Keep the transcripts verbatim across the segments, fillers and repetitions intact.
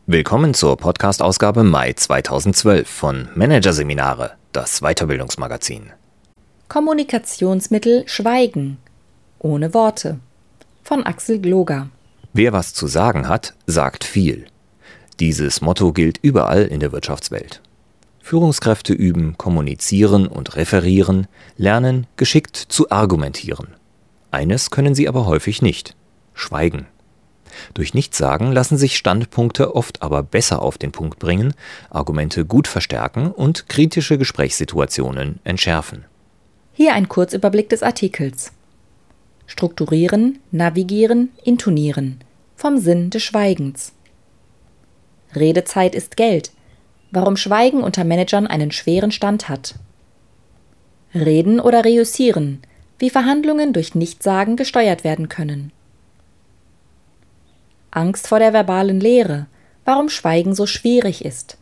Willkommen zur Podcast-Ausgabe Mai zweitausendzwölf von Managerseminare, das Weiterbildungsmagazin. Kommunikationsmittel Schweigen. Ohne Worte. Von Axel Gloger. Wer was zu sagen hat, sagt viel. Dieses Motto gilt überall in der Wirtschaftswelt. Führungskräfte üben, kommunizieren und referieren, lernen, geschickt zu argumentieren. Eines können sie aber häufig nicht: schweigen. Durch Nichtsagen lassen sich Standpunkte oft aber besser auf den Punkt bringen, Argumente gut verstärken und kritische Gesprächssituationen entschärfen. Hier ein Kurzüberblick des Artikels. Strukturieren, navigieren, intonieren. Vom Sinn des Schweigens. Redezeit ist Geld. Warum Schweigen unter Managern einen schweren Stand hat. Reden oder reüssieren. Wie Verhandlungen durch Nichtsagen gesteuert werden können. Angst vor der verbalen Leere, warum Schweigen so schwierig ist.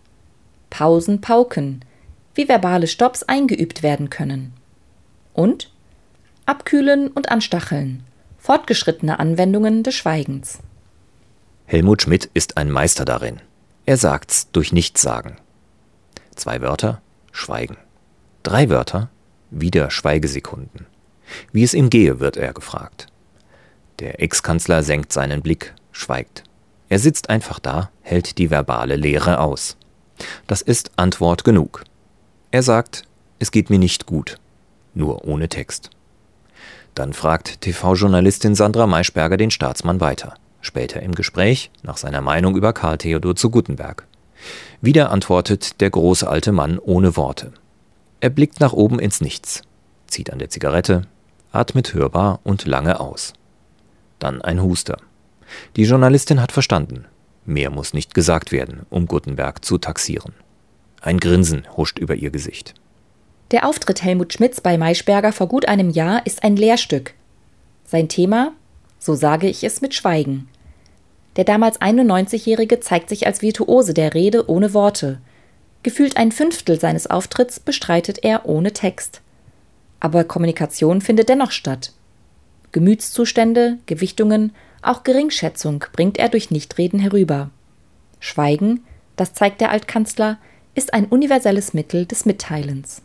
Pausen pauken, wie verbale Stopps eingeübt werden können. Und Abkühlen und Anstacheln, fortgeschrittene Anwendungen des Schweigens. Helmut Schmidt ist ein Meister darin. Er sagt's durch Nichtsagen. Zwei Wörter: Schweigen. Drei Wörter: wieder Schweigesekunden. Wie es ihm gehe, wird er gefragt. Der Ex-Kanzler senkt seinen Blick, schweigt. Er sitzt einfach da, hält die verbale Leere aus. Das ist Antwort genug. Er sagt, es geht mir nicht gut, nur ohne Text. Dann fragt T V-Journalistin Sandra Maischberger den Staatsmann weiter, später im Gespräch nach seiner Meinung über Karl Theodor zu Guttenberg. Wieder antwortet der große alte Mann ohne Worte. Er blickt nach oben ins Nichts, zieht an der Zigarette, atmet hörbar und lange aus. Dann ein Huster. Die Journalistin hat verstanden. Mehr muss nicht gesagt werden, um Guttenberg zu taxieren. Ein Grinsen huscht über ihr Gesicht. Der Auftritt Helmut Schmidts bei Maischberger vor gut einem Jahr ist ein Lehrstück. Sein Thema: So sage ich es mit Schweigen. Der damals einundneunzigjährige zeigt sich als Virtuose der Rede ohne Worte. Gefühlt ein Fünftel seines Auftritts bestreitet er ohne Text. Aber Kommunikation findet dennoch statt. Gemütszustände, Gewichtungen, auch Geringschätzung bringt er durch Nichtreden herüber. Schweigen, das zeigt der Altkanzler, ist ein universelles Mittel des Mitteilens.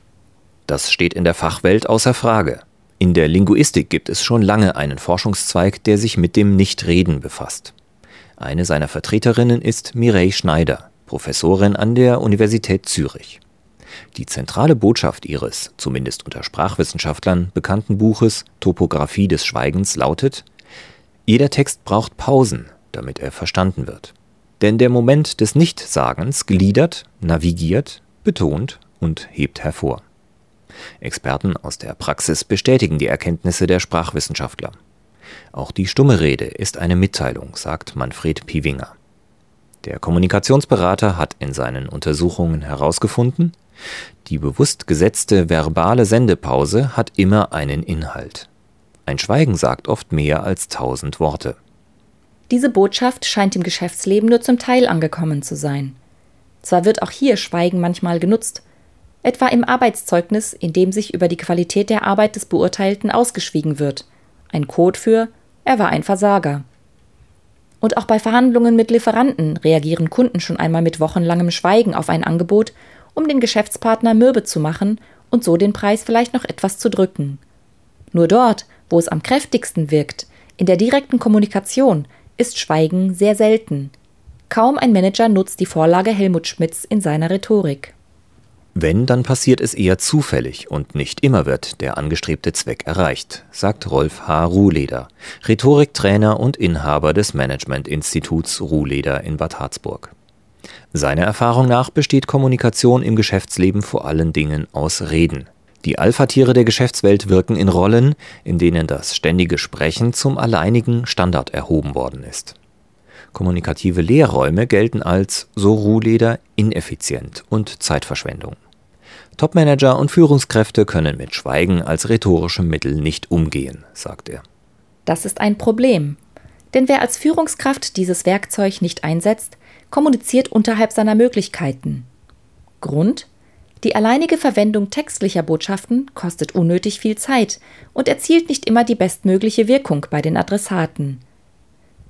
Das steht in der Fachwelt außer Frage. In der Linguistik gibt es schon lange einen Forschungszweig, der sich mit dem Nichtreden befasst. Eine seiner Vertreterinnen ist Mireille Schneider, Professorin an der Universität Zürich. Die zentrale Botschaft ihres, zumindest unter Sprachwissenschaftlern, bekannten Buches Topographie des Schweigens lautet: Jeder Text braucht Pausen, damit er verstanden wird. Denn der Moment des Nichtsagens gliedert, navigiert, betont und hebt hervor. Experten aus der Praxis bestätigen die Erkenntnisse der Sprachwissenschaftler. Auch die stumme Rede ist eine Mitteilung, sagt Manfred Piwinger. Der Kommunikationsberater hat in seinen Untersuchungen herausgefunden, die bewusst gesetzte verbale Sendepause hat immer einen Inhalt. Ein Schweigen sagt oft mehr als tausend Worte. Diese Botschaft scheint im Geschäftsleben nur zum Teil angekommen zu sein. Zwar wird auch hier Schweigen manchmal genutzt, etwa im Arbeitszeugnis, in dem sich über die Qualität der Arbeit des Beurteilten ausgeschwiegen wird. Ein Code für „Er war ein Versager“. Und auch bei Verhandlungen mit Lieferanten reagieren Kunden schon einmal mit wochenlangem Schweigen auf ein Angebot, um den Geschäftspartner mürbe zu machen und so den Preis vielleicht noch etwas zu drücken. Nur dort, wo es am kräftigsten wirkt, in der direkten Kommunikation, ist Schweigen sehr selten. Kaum ein Manager nutzt die Vorlage Helmut Schmidts in seiner Rhetorik. Wenn, dann passiert es eher zufällig und nicht immer wird der angestrebte Zweck erreicht, sagt Rolf H. Ruhleder, Rhetoriktrainer und Inhaber des Management-Instituts Ruhleder in Bad Harzburg. Seiner Erfahrung nach besteht Kommunikation im Geschäftsleben vor allen Dingen aus Reden. Die Alpha-Tiere der Geschäftswelt wirken in Rollen, in denen das ständige Sprechen zum alleinigen Standard erhoben worden ist. Kommunikative Leerräume gelten als, so Ruhleder, ineffizient und Zeitverschwendung. Topmanager und Führungskräfte können mit Schweigen als rhetorischem Mittel nicht umgehen, sagt er. Das ist ein Problem. Denn wer als Führungskraft dieses Werkzeug nicht einsetzt, kommuniziert unterhalb seiner Möglichkeiten. Grund: Die alleinige Verwendung textlicher Botschaften kostet unnötig viel Zeit und erzielt nicht immer die bestmögliche Wirkung bei den Adressaten.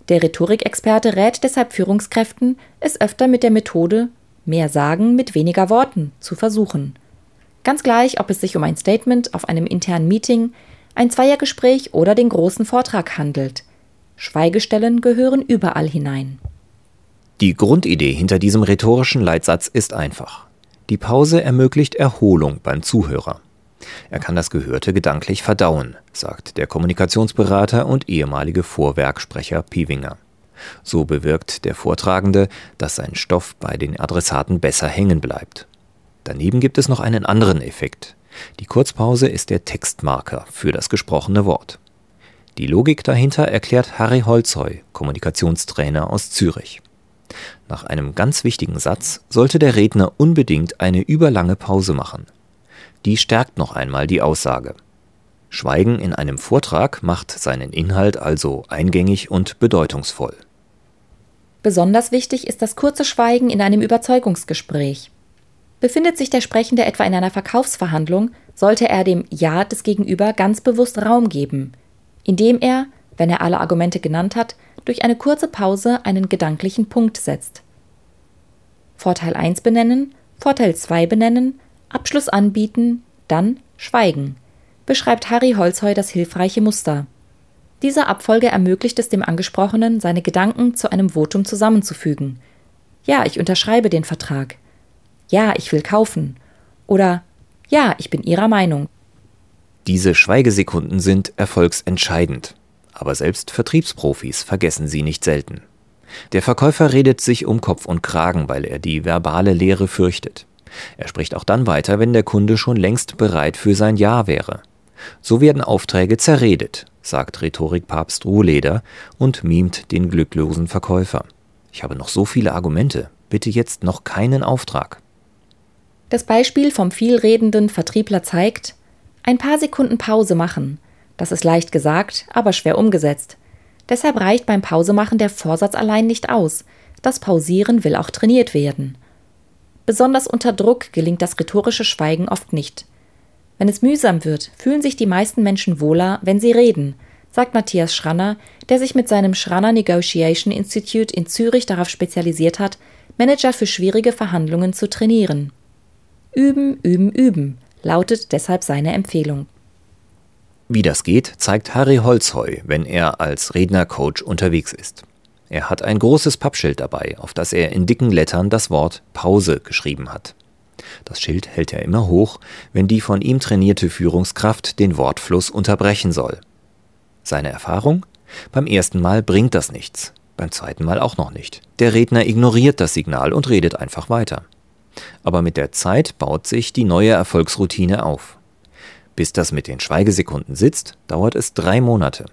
Der Rhetorikexperte rät deshalb Führungskräften, es öfter mit der Methode mehr sagen mit weniger Worten zu versuchen. Ganz gleich, ob es sich um ein Statement auf einem internen Meeting, ein Zweiergespräch oder den großen Vortrag handelt. Schweigestellen gehören überall hinein. Die Grundidee hinter diesem rhetorischen Leitsatz ist einfach. Die Pause ermöglicht Erholung beim Zuhörer. Er kann das Gehörte gedanklich verdauen, sagt der Kommunikationsberater und ehemalige Vorwerksprecher Piwinger. So bewirkt der Vortragende, dass sein Stoff bei den Adressaten besser hängen bleibt. Daneben gibt es noch einen anderen Effekt. Die Kurzpause ist der Textmarker für das gesprochene Wort. Die Logik dahinter erklärt Harry Holzheu, Kommunikationstrainer aus Zürich. Nach einem ganz wichtigen Satz sollte der Redner unbedingt eine überlange Pause machen. Die stärkt noch einmal die Aussage. Schweigen in einem Vortrag macht seinen Inhalt also eingängig und bedeutungsvoll. Besonders wichtig ist das kurze Schweigen in einem Überzeugungsgespräch. Befindet sich der Sprechende etwa in einer Verkaufsverhandlung, sollte er dem Ja des Gegenüber ganz bewusst Raum geben, indem er, wenn er alle Argumente genannt hat, durch eine kurze Pause einen gedanklichen Punkt setzt. Vorteil eins benennen, Vorteil zwei benennen, Abschluss anbieten, dann schweigen, beschreibt Harry Holzheu das hilfreiche Muster. Diese Abfolge ermöglicht es dem Angesprochenen, seine Gedanken zu einem Votum zusammenzufügen. Ja, ich unterschreibe den Vertrag. Ja, ich will kaufen. Oder ja, ich bin Ihrer Meinung. Diese Schweigesekunden sind erfolgsentscheidend. Aber selbst Vertriebsprofis vergessen sie nicht selten. Der Verkäufer redet sich um Kopf und Kragen, weil er die verbale Leere fürchtet. Er spricht auch dann weiter, wenn der Kunde schon längst bereit für sein Ja wäre. So werden Aufträge zerredet, sagt Rhetorikpapst Rohleder und mimt den glücklosen Verkäufer. Ich habe noch so viele Argumente, bitte jetzt noch keinen Auftrag. Das Beispiel vom vielredenden Vertriebler zeigt, ein paar Sekunden Pause machen. Das ist leicht gesagt, aber schwer umgesetzt. Deshalb reicht beim Pausemachen der Vorsatz allein nicht aus. Das Pausieren will auch trainiert werden. Besonders unter Druck gelingt das rhetorische Schweigen oft nicht. Wenn es mühsam wird, fühlen sich die meisten Menschen wohler, wenn sie reden, sagt Matthias Schranner, der sich mit seinem Schranner Negotiation Institute in Zürich darauf spezialisiert hat, Manager für schwierige Verhandlungen zu trainieren. Üben, üben, üben, lautet deshalb seine Empfehlung. Wie das geht, zeigt Harry Holzheu, wenn er als Rednercoach unterwegs ist. Er hat ein großes Pappschild dabei, auf das er in dicken Lettern das Wort Pause geschrieben hat. Das Schild hält er immer hoch, wenn die von ihm trainierte Führungskraft den Wortfluss unterbrechen soll. Seine Erfahrung? Beim ersten Mal bringt das nichts, beim zweiten Mal auch noch nicht. Der Redner ignoriert das Signal und redet einfach weiter. Aber mit der Zeit baut sich die neue Erfolgsroutine auf. Bis das mit den Schweigesekunden sitzt, dauert es drei Monate.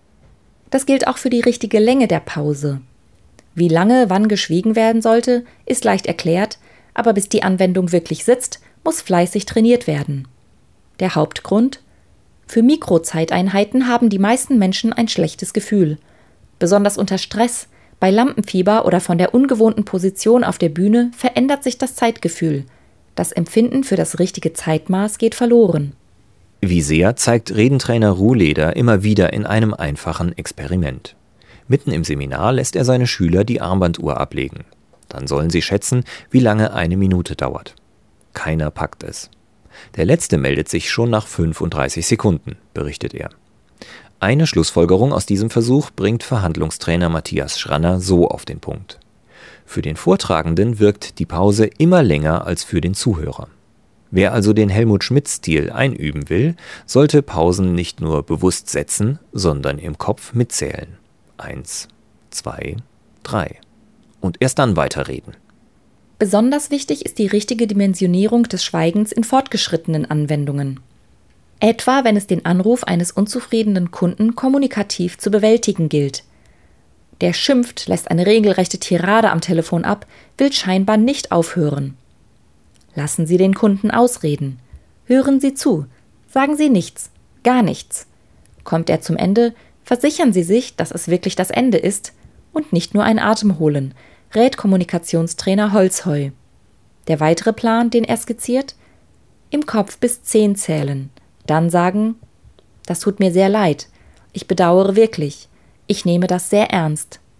Das gilt auch für die richtige Länge der Pause. Wie lange wann geschwiegen werden sollte, ist leicht erklärt, aber bis die Anwendung wirklich sitzt, muss fleißig trainiert werden. Der Hauptgrund? Für Mikrozeiteinheiten haben die meisten Menschen ein schlechtes Gefühl. Besonders unter Stress, bei Lampenfieber oder von der ungewohnten Position auf der Bühne verändert sich das Zeitgefühl. Das Empfinden für das richtige Zeitmaß geht verloren. Wie sehr, zeigt Redentrainer Rohleder immer wieder in einem einfachen Experiment. Mitten im Seminar lässt er seine Schüler die Armbanduhr ablegen. Dann sollen sie schätzen, wie lange eine Minute dauert. Keiner packt es. Der Letzte meldet sich schon nach fünfunddreißig Sekunden, berichtet er. Eine Schlussfolgerung aus diesem Versuch bringt Verhandlungstrainer Matthias Schranner so auf den Punkt. Für den Vortragenden wirkt die Pause immer länger als für den Zuhörer. Wer also den Helmut-Schmidt-Stil einüben will, sollte Pausen nicht nur bewusst setzen, sondern im Kopf mitzählen. Eins, zwei, drei. Und erst dann weiterreden. Besonders wichtig ist die richtige Dimensionierung des Schweigens in fortgeschrittenen Anwendungen. Etwa, wenn es den Anruf eines unzufriedenen Kunden kommunikativ zu bewältigen gilt. Der schimpft, lässt eine regelrechte Tirade am Telefon ab, will scheinbar nicht aufhören. Lassen Sie den Kunden ausreden. Hören Sie zu. Sagen Sie nichts. Gar nichts. Kommt er zum Ende, versichern Sie sich, dass es wirklich das Ende ist und nicht nur ein Atemholen, rät Kommunikationstrainer Holzheu. Der weitere Plan, den er skizziert? Im Kopf bis zehn zählen. Dann sagen, das tut mir sehr leid. Ich bedauere wirklich. Ich nehme das sehr ernst.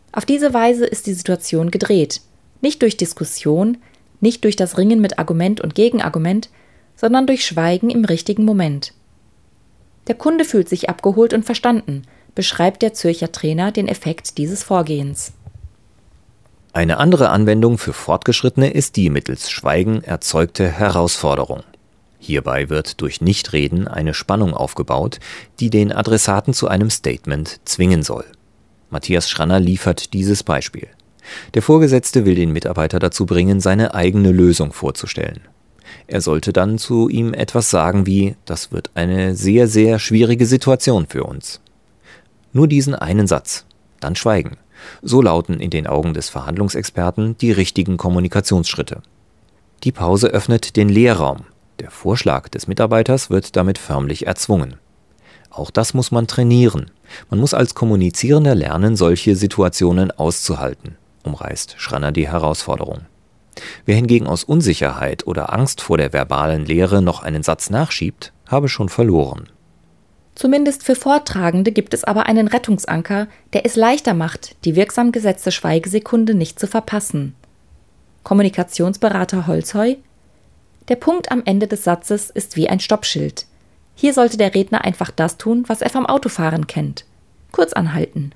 Auf diese Weise ist die Situation gedreht. Nicht durch Diskussion, nicht durch das Ringen mit Argument und Gegenargument, sondern durch Schweigen im richtigen Moment. Der Kunde fühlt sich abgeholt und verstanden, beschreibt der Zürcher Trainer den Effekt dieses Vorgehens. Eine andere Anwendung für Fortgeschrittene ist die mittels Schweigen erzeugte Herausforderung. Hierbei wird durch Nichtreden eine Spannung aufgebaut, die den Adressaten zu einem Statement zwingen soll. Matthias Schranner liefert dieses Beispiel. Der Vorgesetzte will den Mitarbeiter dazu bringen, seine eigene Lösung vorzustellen. Er sollte dann zu ihm etwas sagen wie: Das wird eine sehr, sehr schwierige Situation für uns. Nur diesen einen Satz, dann schweigen. So lauten in den Augen des Verhandlungsexperten die richtigen Kommunikationsschritte. Die Pause öffnet den Leerraum. Der Vorschlag des Mitarbeiters wird damit förmlich erzwungen. Auch das muss man trainieren. Man muss als Kommunizierender lernen, solche Situationen auszuhalten, umreißt Schranner die Herausforderung. Wer hingegen aus Unsicherheit oder Angst vor der verbalen Leere noch einen Satz nachschiebt, habe schon verloren. Zumindest für Vortragende gibt es aber einen Rettungsanker, der es leichter macht, die wirksam gesetzte Schweigesekunde nicht zu verpassen. Kommunikationsberater Holzheu: Der Punkt am Ende des Satzes ist wie ein Stoppschild. Hier sollte der Redner einfach das tun, was er vom Autofahren kennt: kurz anhalten.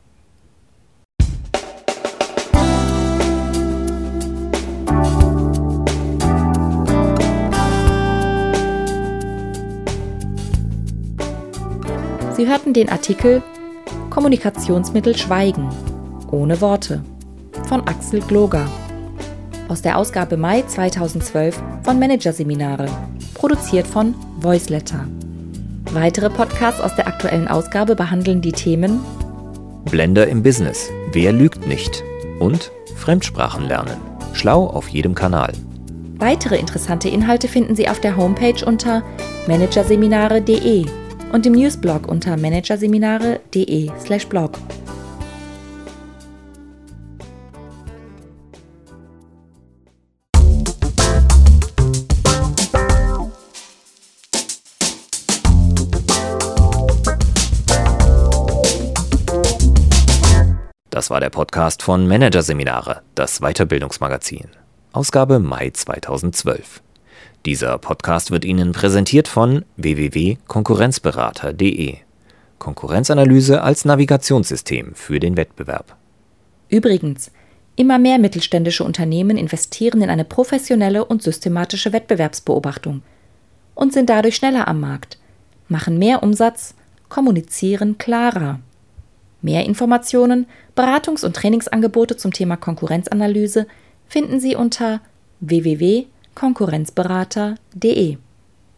Sie hörten den Artikel Kommunikationsmittel Schweigen ohne Worte von Axel Gloger aus der Ausgabe Mai zweitausendzwölf von Managerseminare, produziert von Voiceletter. Weitere Podcasts aus der aktuellen Ausgabe behandeln die Themen Blender im Business, wer lügt nicht? Und Fremdsprachen lernen, schlau auf jedem Kanal. Weitere interessante Inhalte finden Sie auf der Homepage unter managerseminare punkt de und im Newsblog unter managerseminare punkt de slash blog. Das war der Podcast von Managerseminare, das Weiterbildungsmagazin. Ausgabe Mai zweitausendzwölf. Dieser Podcast wird Ihnen präsentiert von w w w punkt konkurrenzberater punkt de. Konkurrenzanalyse als Navigationssystem für den Wettbewerb. Übrigens, immer mehr mittelständische Unternehmen investieren in eine professionelle und systematische Wettbewerbsbeobachtung und sind dadurch schneller am Markt, machen mehr Umsatz, kommunizieren klarer. Mehr Informationen, Beratungs- und Trainingsangebote zum Thema Konkurrenzanalyse finden Sie unter w w w punkt konkurrenzberater punkt de.